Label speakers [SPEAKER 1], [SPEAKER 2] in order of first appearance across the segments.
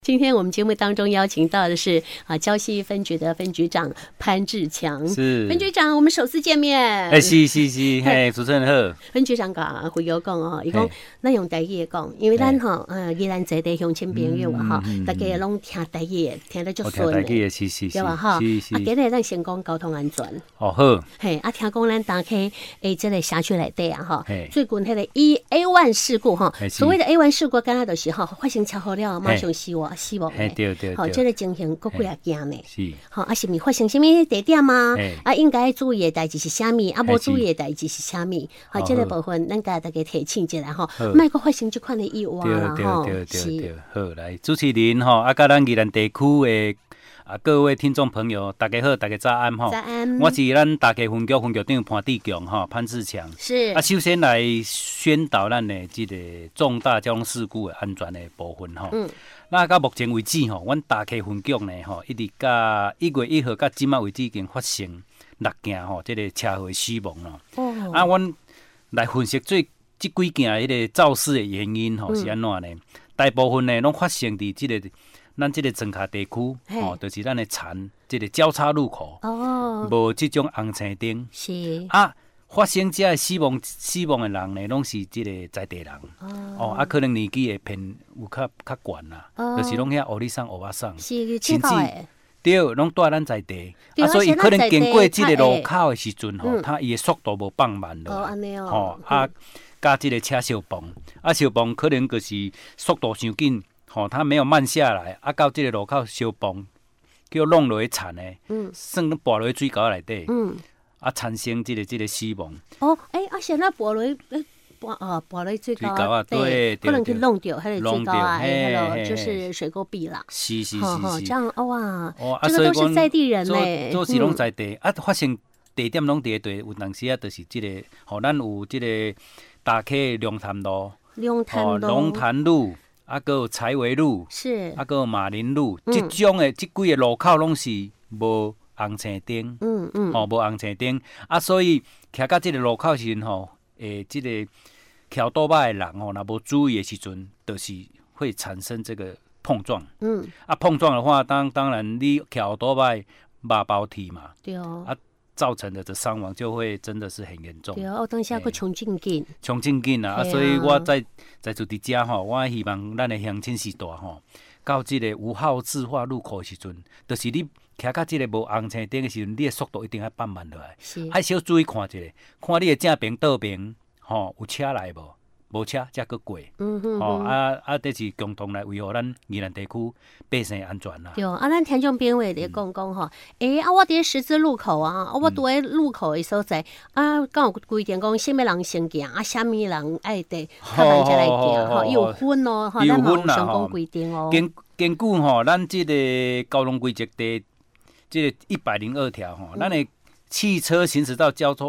[SPEAKER 1] 今天我们节目当中邀请到的是礁溪分局的分局长潘志强，
[SPEAKER 2] 是
[SPEAKER 1] 分局长，我们首次见面。
[SPEAKER 2] 是，嘿，主持人好。
[SPEAKER 1] 分局长讲回头讲哦，伊讲咱用台语讲，因为咱宜兰这地乡亲朋友啊大家拢听台语，听得足顺的，对吧？哈，今日咱先讲交通安全。
[SPEAKER 2] 哦好。
[SPEAKER 1] 嘿，听讲咱打开这个辖区内底啊最近迄个A1事故所谓的 A1事故，敢若就是发生车祸了，马上死亡
[SPEAKER 2] 对，
[SPEAKER 1] 好，这个情形佫几啊件呢？
[SPEAKER 2] 是，
[SPEAKER 1] 好是毋是发生什么地点吗？应该注意的代志是啥物？无注意的代志是啥物？好，这个部分咱甲大家提醒一下莫佫发生这款的意外啦
[SPEAKER 2] 对，好，来主持人甲咱宜兰地区的各位听众朋友，大家好，大家早安
[SPEAKER 1] 早安，
[SPEAKER 2] 我是咱大溪分局分局长潘志强潘志强。
[SPEAKER 1] 是
[SPEAKER 2] 首先来宣导咱的这个重大交通事故的安全的部分那到目前为止阮大溪分局呢一直到1月1号到今仔为止已经发生6件这个车祸死亡了。阮来分析这几件迄个肇事的原因是安怎呢？大部分呢拢发生伫这个咱这个庄脚地区就是咱的田这个交叉路口无这种红绿灯
[SPEAKER 1] 是
[SPEAKER 2] 发生这死亡的人呢，拢是这个在地人可能年纪会偏有较悬啦，就是拢遐乌里桑乌巴桑，
[SPEAKER 1] 甚至
[SPEAKER 2] 对，拢住咱在地所以可能经过这个路口的时阵他伊的速度无放慢落来加这个车相碰相碰可能就是速度伤紧他没有慢下来到这个路口相碰叫弄落去田的算跋落去水沟内底产生这个死亡。
[SPEAKER 1] 现在跋落水沟
[SPEAKER 2] 对，
[SPEAKER 1] 可能去弄掉迄个水沟就是水沟壁啦。
[SPEAKER 2] 是，
[SPEAKER 1] 这样哇，这个都是在地人嘞，
[SPEAKER 2] 做是拢在地发生地点拢伫地，有当时就是这个咱有这个大溪龙潭路、龙潭路还有财围路，
[SPEAKER 1] 是
[SPEAKER 2] 还有马林路，这种的这几个路口拢是无红绿灯，无红绿灯所以徛到这个路口时这个骑倒摆的人若无注意的时阵，就是会产生这个碰撞。碰撞的话，当然你骑倒摆肉包体嘛，
[SPEAKER 1] 对
[SPEAKER 2] 造成的这伤亡就会真的是很严重。
[SPEAKER 1] 对当时还冲真紧，
[SPEAKER 2] 所以我在住伫遮我希望咱的乡亲时代到这个5号自化路口的时阵，就是你骑到这个无红绿灯的时阵，你的速度一定要放慢落来，爱小注意看一下，看你的正边倒边有车来无车才去过。这是共同来维护咱宜兰地区百姓安全啦。
[SPEAKER 1] 对咱听众朋友咧讲我伫咧十字路口我拄喺路口的所在敢有规定讲什么人先行什么人爱得较慢才来行有分咱嘛有相关规定
[SPEAKER 2] 根据咱这个交通规则第这个102条咱的汽车行驶到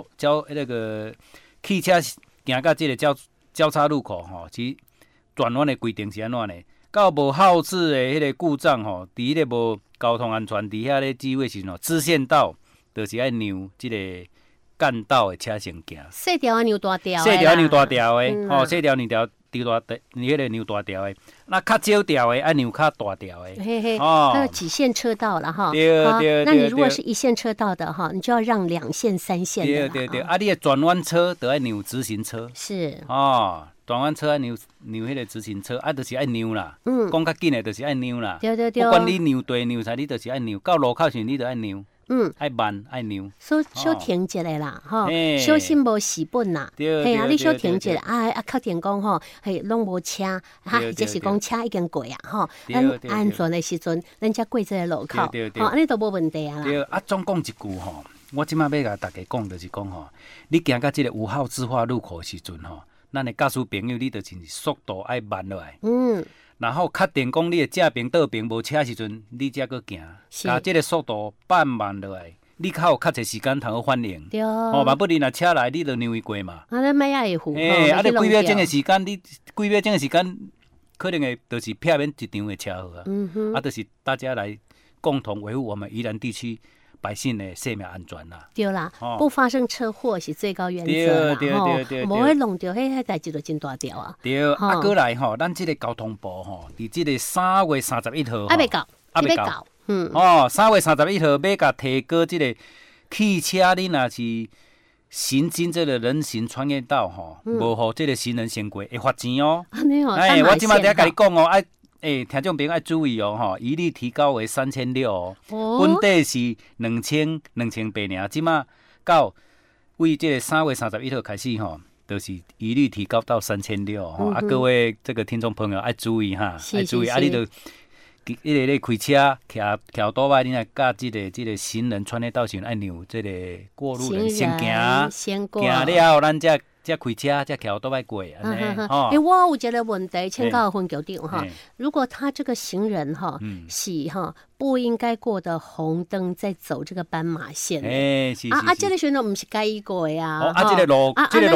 [SPEAKER 2] 汽车行到这个交叉路口其转弯的规定是安怎呢？到无号志的迄个故障伫迄个无交通安全伫遐咧指挥时支线道，就是爱让这个干道的车先行。
[SPEAKER 1] 细条啊，让大条。
[SPEAKER 2] 细条让大条的，细条让大迄个让大条的。那较少条的爱让较大条的。
[SPEAKER 1] 它有几线车道了
[SPEAKER 2] 对。
[SPEAKER 1] 那你如果是1线车道的你就要让2线、3线的。
[SPEAKER 2] 对。你的转弯车都爱让直行车。
[SPEAKER 1] 是。
[SPEAKER 2] 转弯车爱让迄个直行车，就是爱让啦。讲较紧的，就是爱让啦。
[SPEAKER 1] 对。
[SPEAKER 2] 不管你让对让错，你就是爱让。到路口时你就爱让。爱慢爱让。
[SPEAKER 1] 小停一下啦，小心无死本啦。
[SPEAKER 2] 对。
[SPEAKER 1] 你小停一下确定讲拢无车，或者是讲车已经过咱安全的时阵，咱才过这个路口，安尼都无问题啦。
[SPEAKER 2] 对。总讲一句我即摆要甲大家讲，就是讲你行到这个5号自化路口的时阵咱的驾驶朋友，你就是速度爱慢落来。然后确定讲你的正边倒边无车的时阵，你才去行，把这个速度放慢落来，你较有较侪时间通好反应。
[SPEAKER 1] 对。
[SPEAKER 2] 万不你若车来，你就让伊过嘛。
[SPEAKER 1] 咱莫也会负。
[SPEAKER 2] 你几秒钟的时间，可能会就是避免一场的车祸就是大家来共同维护我们宜兰地区百姓的生命安全啦。
[SPEAKER 1] 对啦，不发生车祸是最高原则啦。
[SPEAKER 2] 对，
[SPEAKER 1] 无会弄到迄代志就真大条啊。
[SPEAKER 2] 对，过来吼，咱这个交通部吼，伫这个3月31号，
[SPEAKER 1] 还未到。3月
[SPEAKER 2] 31号要甲提高这个汽车，你若是行经这个人行穿越道吼，无互这个行人先过，会罚钱哦。我即马在甲你讲哦，听众朋友要注意哦，吼，一律提高为3600哦。本底是2800尔，即马到为这个3月31号开始吼，就是一律提高到3600哦。各位这个听众朋友要注意哈，要注意你就。你咧开车徛倒摆，你若甲即个行人穿越道时，爱让即个过路人先行，行了，咱才开车，才徛倒摆过安尼。
[SPEAKER 1] 我有一个问题，请教分局长哈，如果他这个行人哈是哈不应该过的红灯，在走这个斑马线，这个行人不是该过的啊。
[SPEAKER 2] 这个路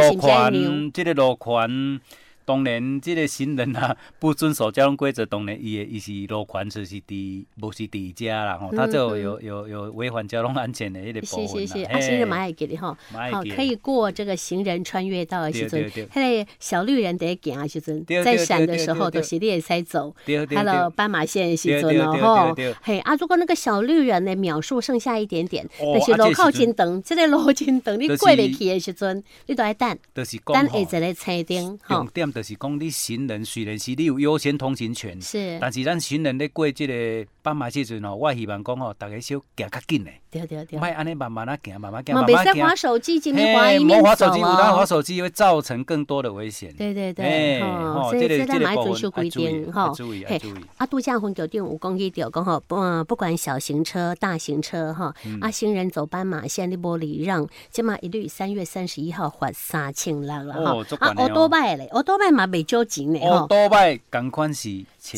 [SPEAKER 2] 权。当然，这个行人啊不遵守交通规则，当然伊是路权就是不是伫遮啦吼，他就有违反交通安全的迄个部分啦。
[SPEAKER 1] 是，行人嘛爱记哩吼，好可以过这个行人穿越道的时阵，迄个小绿人在行的时阵，在闪的时候都是你会使走，还有斑马线的时阵哦吼。嘿如果那个小绿人的秒数剩下一点点，就是路口真长，这个路真长，你过袂去的时阵，你都要等，等下一个车灯吼。
[SPEAKER 2] 就是讲，你行人虽然是你有优先通行权，
[SPEAKER 1] 是，
[SPEAKER 2] 但是咱行人咧过这个斑马线时阵吼，我希望讲吼，大家小行较紧嘞，
[SPEAKER 1] 对，
[SPEAKER 2] 莫安尼慢慢行，慢慢行，
[SPEAKER 1] 别再滑手机，今天滑一面走
[SPEAKER 2] 有当滑手机会造成更多的危险。
[SPEAKER 1] 对，所以这咱买遵守规定哈。
[SPEAKER 2] 注意。
[SPEAKER 1] 度假分局长有讲起到讲吼，不管小型车、大型车哈，行人走斑马线你无礼让，即马一律3月31号罚3000啦哈。奥多拜嘛袂少钱呢吼。
[SPEAKER 2] 多摆同款是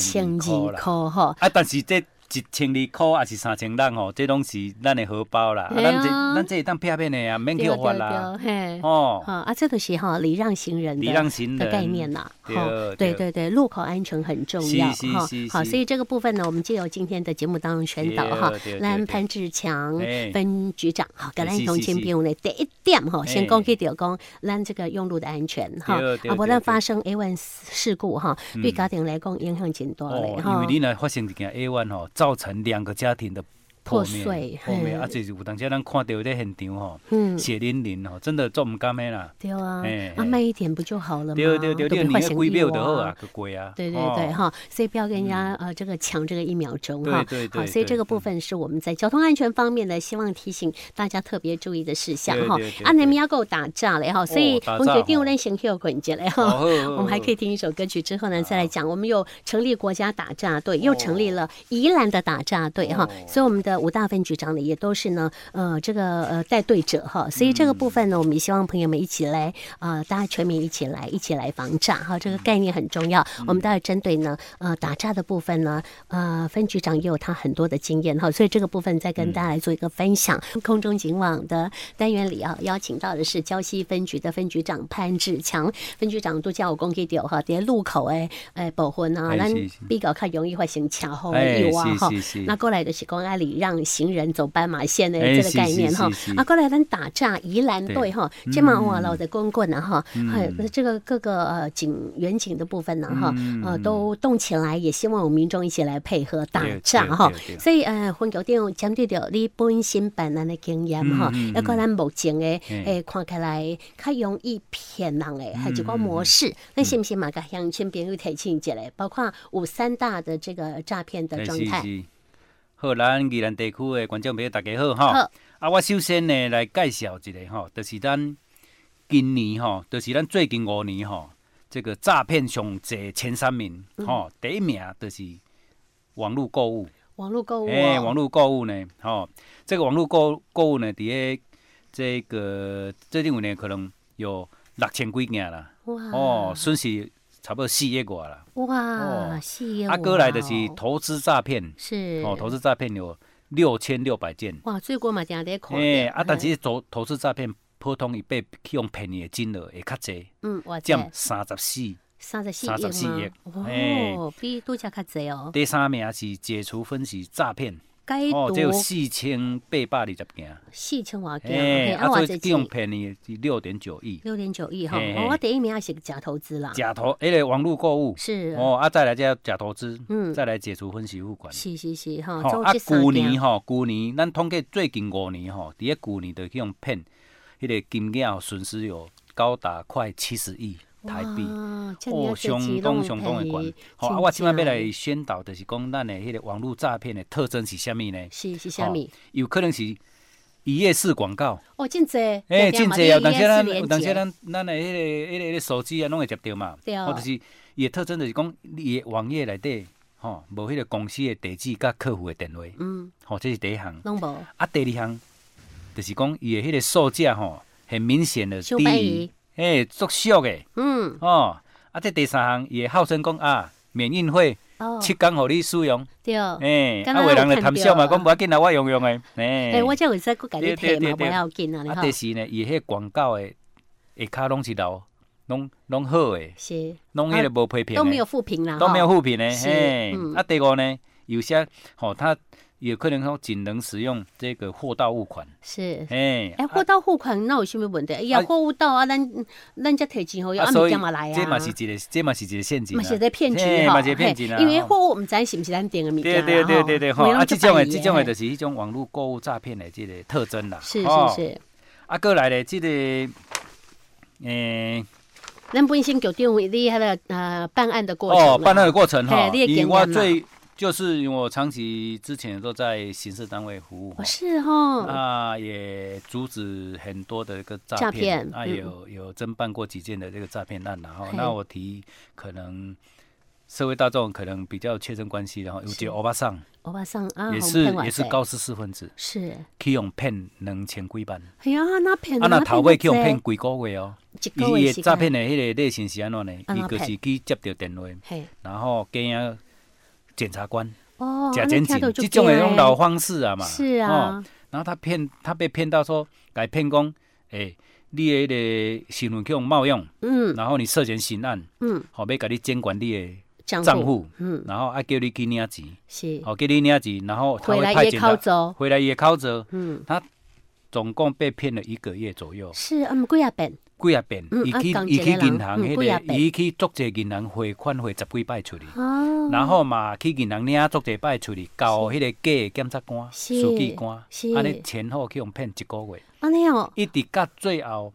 [SPEAKER 2] 1200
[SPEAKER 1] 块吼。
[SPEAKER 2] 但是这1200块还是3000人吼，这拢是咱的荷包啦。咱这会当骗的啊，免去罚啦。
[SPEAKER 1] 这都是哈礼让行人的概念啦。对，路口安全很重要哈。好，所以这个部分呢，我们就由今天的节目当中宣导哈。咱潘志强分局长哈，跟咱同情朋友呢，第一点哈，先讲起到讲咱这个用路的安全哈，不然发生 A1 事故哈，对家庭来讲影响真大嘞哈。
[SPEAKER 2] 因为你若发生一件 A1 吼，造成2个家庭的
[SPEAKER 1] 破碎，
[SPEAKER 2] 就是有当时咱看到在现场吼，血淋淋吼，真的做唔甘的啦。
[SPEAKER 1] 对啊，慢一点不就好了吗？
[SPEAKER 2] 对，你要几秒就好啊，个贵啊。
[SPEAKER 1] 对哈，所以不要跟人家这个抢这个1秒钟哈。
[SPEAKER 2] 对。
[SPEAKER 1] 好，所以这个部分是我们在交通安全方面呢，希望提醒大家特别注意的事项哈。你们要够打炸了哈，所以我们决定练先 Q 捆结了哈。我们还可以听一首歌曲之后呢，再来讲。我们有成立国家打炸队，又成立了宜兰的打炸队哈，所以我们的5大分局长呢，也都是呢，这个带队者哈，所以这个部分呢，我们也希望朋友们一起来，大家全民一起来防炸哈，这个概念很重要。我们待会针对呢，打炸的部分呢，分局长也有他很多的经验哈，所以这个部分再跟大家来做一个分享。空中警网的单元里邀请到的是礁溪分局的分局长潘志强分局长，都叫我讲起到哈，在路口部分啊，咱比较较容易发生车祸的意外哈。那过来的是讲礼让行人走斑马线的这个概念哈，过来咱打炸宜兰队哈，这么哇老的公棍啊哈，这个各个远景的部分呢哈，都动起来，也希望我们民众一起来配合打炸哈。所以分局长针对着你本身办案的经验哈，要个咱目前的看起来较容易骗人的，还有一个模式，那是不是嘛？甲乡亲朋友提醒一下，包括有3大的这个诈骗的状态。
[SPEAKER 2] 好，咱宜兰地区的观众朋友大家好哈。我首先呢来介绍一个吼，就是咱今年吼，就是咱最近5年吼，这个诈骗上济前3名吼，第一名就是网络购物。
[SPEAKER 1] 网络购物
[SPEAKER 2] 网络购物呢，这个网络购物呢，伫个这个最近5年可能有6000几件啦。哇！损失差不多4亿外啦。
[SPEAKER 1] 哇，4亿外。
[SPEAKER 2] 过来就是投资诈骗，
[SPEAKER 1] 是
[SPEAKER 2] 投资诈骗有6600件。
[SPEAKER 1] 哇，最近嘛定在看。
[SPEAKER 2] 但是投资诈骗普通伊被用骗你的金额会较济，占34亿
[SPEAKER 1] 吗？比拄则较济哦。
[SPEAKER 2] 第3名是解除分期诈骗
[SPEAKER 1] 解毒
[SPEAKER 2] 这有4820件
[SPEAKER 1] ，4000多件，
[SPEAKER 2] 所以这种骗你是6.9亿
[SPEAKER 1] ，6.9亿哈。我第一名也是个假投资啦，
[SPEAKER 2] 假投，网络购物
[SPEAKER 1] 是
[SPEAKER 2] 再来这假投资，再来解除分期付款，
[SPEAKER 1] 是哈。
[SPEAKER 2] 旧年咱统计最近5年伫个旧年就去用骗，迄个金额损失有高达快70亿台币，相当的悬。我即摆要来宣导，就是讲咱的迄个网络诈骗的特征是啥物呢？
[SPEAKER 1] 是啥物？
[SPEAKER 2] 有可能是一页式广告。
[SPEAKER 1] 真济，
[SPEAKER 2] 真济啊！有当时咱的迄个手机啊，拢会接到嘛。或者是伊的特征就是讲，伊的网页内底无迄个公司的地址甲客户的电话。这是第一项。
[SPEAKER 1] 拢无。
[SPEAKER 2] 第二项就是讲，伊的迄个售价很明显的低。足俗的，这第三项也号称讲免运费，7天互你使用，
[SPEAKER 1] 对，
[SPEAKER 2] 有的人就贪小嘛，讲无要紧啦，我用的，
[SPEAKER 1] 我这有使佫甲你摕嘛，无要紧啊，
[SPEAKER 2] 第四呢，伊迄广告的下骹拢是老，拢好的，
[SPEAKER 1] 是，
[SPEAKER 2] 拢迄个无批评，
[SPEAKER 1] 都没有负评啦，
[SPEAKER 2] 都没有负评的，第五呢，有些他。有可能仅能使用这个货到付款，
[SPEAKER 1] 是，货到付款那有什么问题？要货物到啊，咱才摕钱后要按物件嘛来啊。
[SPEAKER 2] 这嘛是一个陷阱，
[SPEAKER 1] 嘛是个骗局
[SPEAKER 2] 嘛是骗局啊。
[SPEAKER 1] 因为货物唔知是不是咱订的物件
[SPEAKER 2] 对，这种的就是一种网络购物诈骗的这个特征啦。
[SPEAKER 1] 是。
[SPEAKER 2] 过来咧，这个
[SPEAKER 1] 咱本身就定位你迄个办案的过程。
[SPEAKER 2] 办案的过程
[SPEAKER 1] 因为我
[SPEAKER 2] 就是因为我长期之前都在刑事单位服务，
[SPEAKER 1] 是
[SPEAKER 2] 也阻止很多的一个诈骗，有侦办过几件的这个诈骗案，然后那我提可能社会大众可能比较切身关系，然后有些欧巴桑也是高知识分子，
[SPEAKER 1] 是
[SPEAKER 2] 去用骗2000几万，
[SPEAKER 1] 那骗
[SPEAKER 2] 那头尾去用骗几个月哦，伊的诈骗的迄个类型是安怎呢？伊就是去接到电话，然后惊检察官假检警，这种的那种老方式啊嘛，
[SPEAKER 1] 是啊。
[SPEAKER 2] 然后他被骗到说，改骗讲，你的身份去用冒用，然后你涉嫌刑案，要给你监管你的账户，然后叫你去领钱，
[SPEAKER 1] 是，
[SPEAKER 2] 叫你领钱，然后他会派检察回来也考责，他总共被骗了1个月左右，
[SPEAKER 1] 是几啊遍。
[SPEAKER 2] 伊去银行伊去足济银行汇款汇10几摆出去，然后嘛去银行领足济摆出去，交迄个假的检察官、书记官，安尼前后去用骗1个月，
[SPEAKER 1] 安尼
[SPEAKER 2] 一直到最后，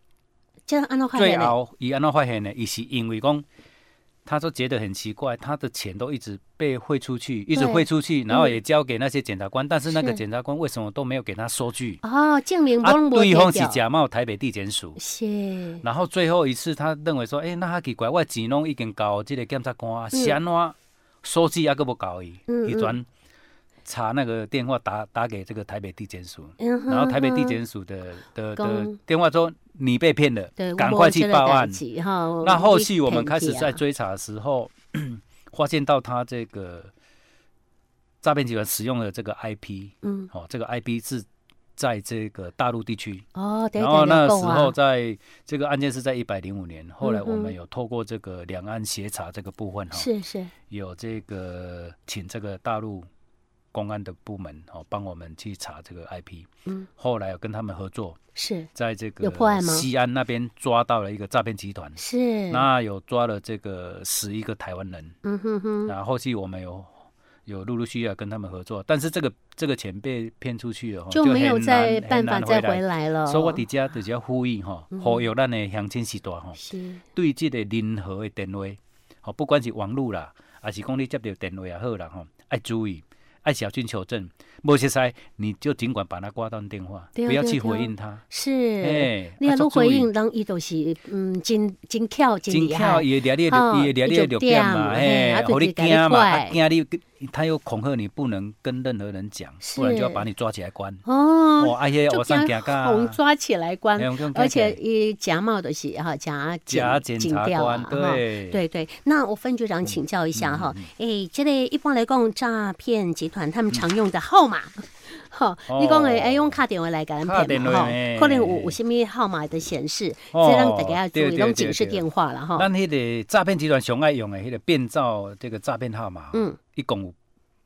[SPEAKER 2] 伊安怎发现呢？伊是因为讲。他都觉得很奇怪，他的钱都一直被汇出去，一直汇出去，然后也交给那些检察官，但是那个检察官为什么都没有给他收据？
[SPEAKER 1] 证明
[SPEAKER 2] 对方是假冒台北地检署。
[SPEAKER 1] 是。
[SPEAKER 2] 然后最后一次，他认为说，那他奇怪，我钱拢已经交这个检察官，是安怎收据还佫无交伊？伊转查那个电话打给这个台北地检署，然后台北地检署的电话说你被骗了，赶快去报案。那后续我们开始在追查的时候，发现到他这个诈骗集团使用的这个 IP，这个 IP 是在这个大陆地区。然后那时候在这个案件是在105年，后来我们有透过这个两岸协查这个部分，
[SPEAKER 1] 是
[SPEAKER 2] 有这个请这个大陆公安的部门帮我们去查这个 IP，后来有跟他们合作，
[SPEAKER 1] 是在
[SPEAKER 2] 这个西安那边抓到了一个诈骗集团，
[SPEAKER 1] 是
[SPEAKER 2] 那有抓了这个11个台湾人，然后后续我们有陆续要跟他们合作，但是这个钱被骗出去了，
[SPEAKER 1] 就没有再办法再回来了。
[SPEAKER 2] 所以我伫遮就是要呼吁呼吁咱的乡亲时代对这个任何的电话，不管是网络啦，还是讲你接到电话也好啦，要注意。爱小心求证，不熟悉你就尽管把他挂断电话，不要去回应他。
[SPEAKER 1] 是，你若回应，人伊就是真巧，真厉害。
[SPEAKER 2] 伊会掠你弱点嘛，互你惊嘛，惊你，他又恐吓你不能跟任何人讲，不然就要把你抓起来关。我上惊
[SPEAKER 1] 噶，抓起来关，而且伊假冒的是
[SPEAKER 2] 假检察官，
[SPEAKER 1] 对。那我分局长请教一下这个一般来讲诈骗集团他们常用的号码，你讲用卡电话来给人骗嘛？可能有什么号码的显示，这让大家要注意，用警示电话了
[SPEAKER 2] 咱迄个诈骗集团上爱用的迄个变造这个诈骗号码，一共有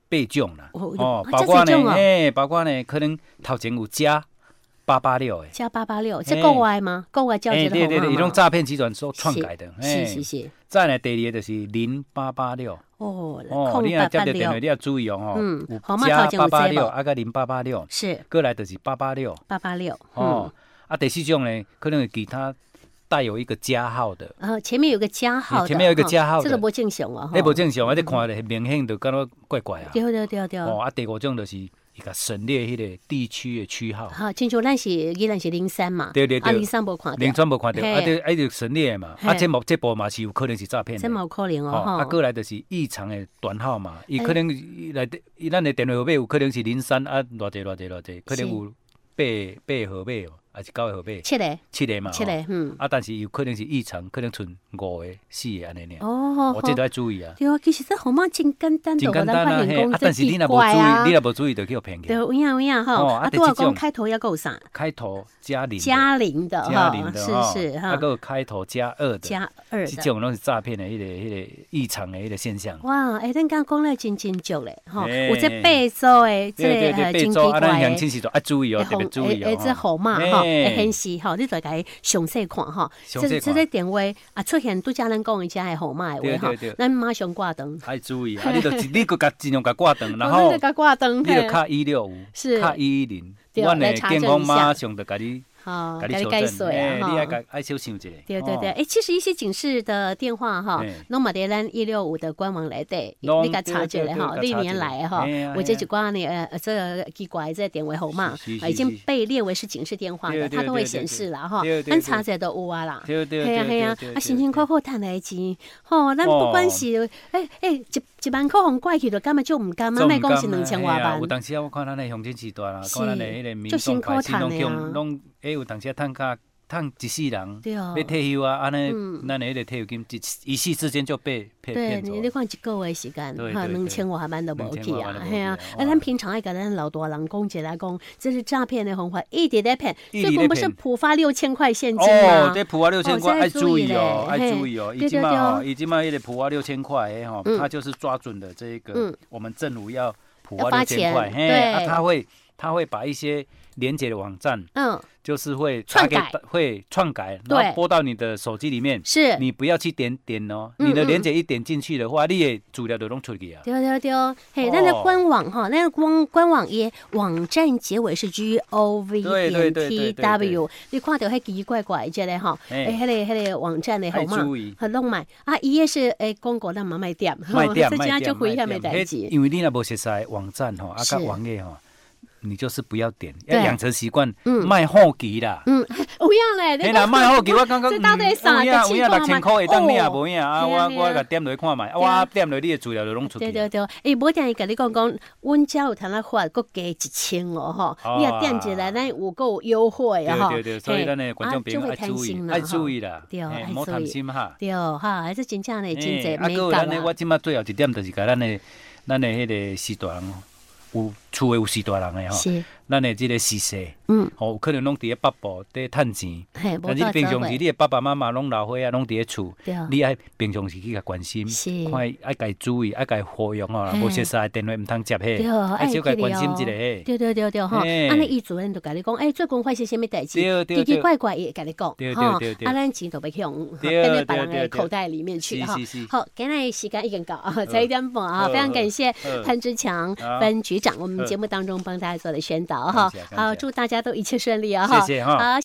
[SPEAKER 2] 8种啦，
[SPEAKER 1] 包括呢，
[SPEAKER 2] 包括呢，可能头前有加886的，
[SPEAKER 1] 加886，这国外吗？国外交接的号码吗？
[SPEAKER 2] 对，伊种诈骗集团所篡改的，
[SPEAKER 1] 是。
[SPEAKER 2] 再来第二个就是0886，你若接到电话，你要注意哦，
[SPEAKER 1] 号码头前有
[SPEAKER 2] 886，啊个0886，
[SPEAKER 1] 是，
[SPEAKER 2] 过来就是886，第四种呢，可能有其他带有一个加号的，
[SPEAKER 1] 前面有个加号的，
[SPEAKER 2] 前面有一个加号的，
[SPEAKER 1] 这个不正常哦，
[SPEAKER 2] 不正常，你看着明显就感觉怪怪啊，
[SPEAKER 1] 对，
[SPEAKER 2] 第五种就是。伊甲省略迄个地区的区号，
[SPEAKER 1] 好，亲像咱是依然是03嘛，
[SPEAKER 2] 对
[SPEAKER 1] 03无看到
[SPEAKER 2] ，03无看到，就省略嘛，这部嘛是有可能是诈骗的，
[SPEAKER 1] 这冇可能哦，
[SPEAKER 2] 过来就是异常的短号嘛，伊可能咱的电话号码有可能是03偌济，可能有8号码哦。还是9个号码，7个嘛，7个，但是有可能是异常，可能剩5个、4个安尼呢。我这都要注意啊。
[SPEAKER 1] 对啊，其实这号码真简单，
[SPEAKER 2] 真简单啊。但是你若无注意，你若无注意，就叫骗去。
[SPEAKER 1] 对，有影哈。拄仔讲开头要够啥？
[SPEAKER 2] 开头加0
[SPEAKER 1] 的哈，是哈。
[SPEAKER 2] 个开头加2的，这种拢是诈骗的迄个异常的迄个现象。
[SPEAKER 1] 哇，咱刚讲了真足嘞，哈，有这8组的，这个真奇怪。
[SPEAKER 2] 咱乡亲是要注意哦，特别注意哦。
[SPEAKER 1] 这号码哈。会显示吼，你就甲伊详细看吼。这个电话出现拄则咱讲的遮个号码的话吼，咱马上挂断。
[SPEAKER 2] 爱注意啊！你个甲尽量甲挂断，然后你就卡165，
[SPEAKER 1] 是
[SPEAKER 2] 卡110，阮的警方马上就甲你。
[SPEAKER 1] 给你解说啊！
[SPEAKER 2] 你爱小想一下。
[SPEAKER 1] 对，其实一些警示的电话哈，拢嘛伫咱165的官网内底，你甲查一下哈，历年来哈，我这一挂呢这个奇怪这电话号码已经被列为是警示电话的，它都会显示啦哈，咱查者都有啊啦。对啊，辛辛苦苦赚来钱，吼，咱不管是一万块互拐去，就根本就唔甘，莫讲是2000多万。
[SPEAKER 2] 有当时我看咱的乡亲时代啦，看咱的迄个民众百姓拢有当时趁一世人要退休啊，安尼咱的迄个退休金一夕之间就被骗走。
[SPEAKER 1] 对，你看一个月时间，哈，2000多万都无去啊，系啊。咱平常爱甲咱老大人讲起来讲，这是诈骗的方法，一直在骗。最近不是普发6000块现金吗？
[SPEAKER 2] 对，普发6000块，爱注意哦，爱注意哦。已经嘛，迄个普发6000块，他就是抓准了这个，我们政府要普发6000块，对，他会把一些连结的网站，就是会篡改，然后拨到你的手机里面。
[SPEAKER 1] 是，
[SPEAKER 2] 你不要去点哦，你的连结一点进去的话，你的资料就拢出去啊。
[SPEAKER 1] 对，嘿，咱的官网哈，那官网页网站结尾是 gov.tw， 你看到迄奇奇怪怪这个哈，迄个网站的号码，很弄买啊，伊也是广告咱嘛卖点，这家就危险的代志。
[SPEAKER 2] 因为你若无熟悉网站吼，甲网页吼。你就是不要点，要养成习惯，卖好奇啦。
[SPEAKER 1] 有影嘞，
[SPEAKER 2] 你若卖好奇，我感觉
[SPEAKER 1] 这到底啥？
[SPEAKER 2] 有影6000块会当领无影啊？我甲点落去看卖，我点落你的资料就拢出去。
[SPEAKER 1] 对，无定伊甲你讲，阮遮有通来发，佫加1000哦吼。你若点一来，咱有够优惠啊吼。
[SPEAKER 2] 对，所以咱的观众朋友爱注意啦，莫贪心哈。
[SPEAKER 1] 对哈，这真正嘞真济美
[SPEAKER 2] 感啊。我即马最后一点就是甲咱的迄个时代人。有厝诶有4大人诶吼，咱诶即个时势，可能拢伫咧北部伫趁钱，但是平常时你诶爸爸妈妈拢老岁啊，拢伫咧厝，你爱平常时去甲关心，看爱家注意，爱家保养吼，无熟悉电话毋通接迄，爱少家关心一下。
[SPEAKER 1] 对吼，安尼伊主任就甲你讲，最近发生啥物代志，奇奇怪怪伊会甲你讲，吼，咱钱就要去用变在别人诶口袋里面去哈。好，今日时间已经到，才1点半啊，非常感谢潘之强分局长，我们节目当中帮大家做了宣导哈。好，祝大家都一切顺利啊！
[SPEAKER 2] 谢谢哈。
[SPEAKER 1] 好。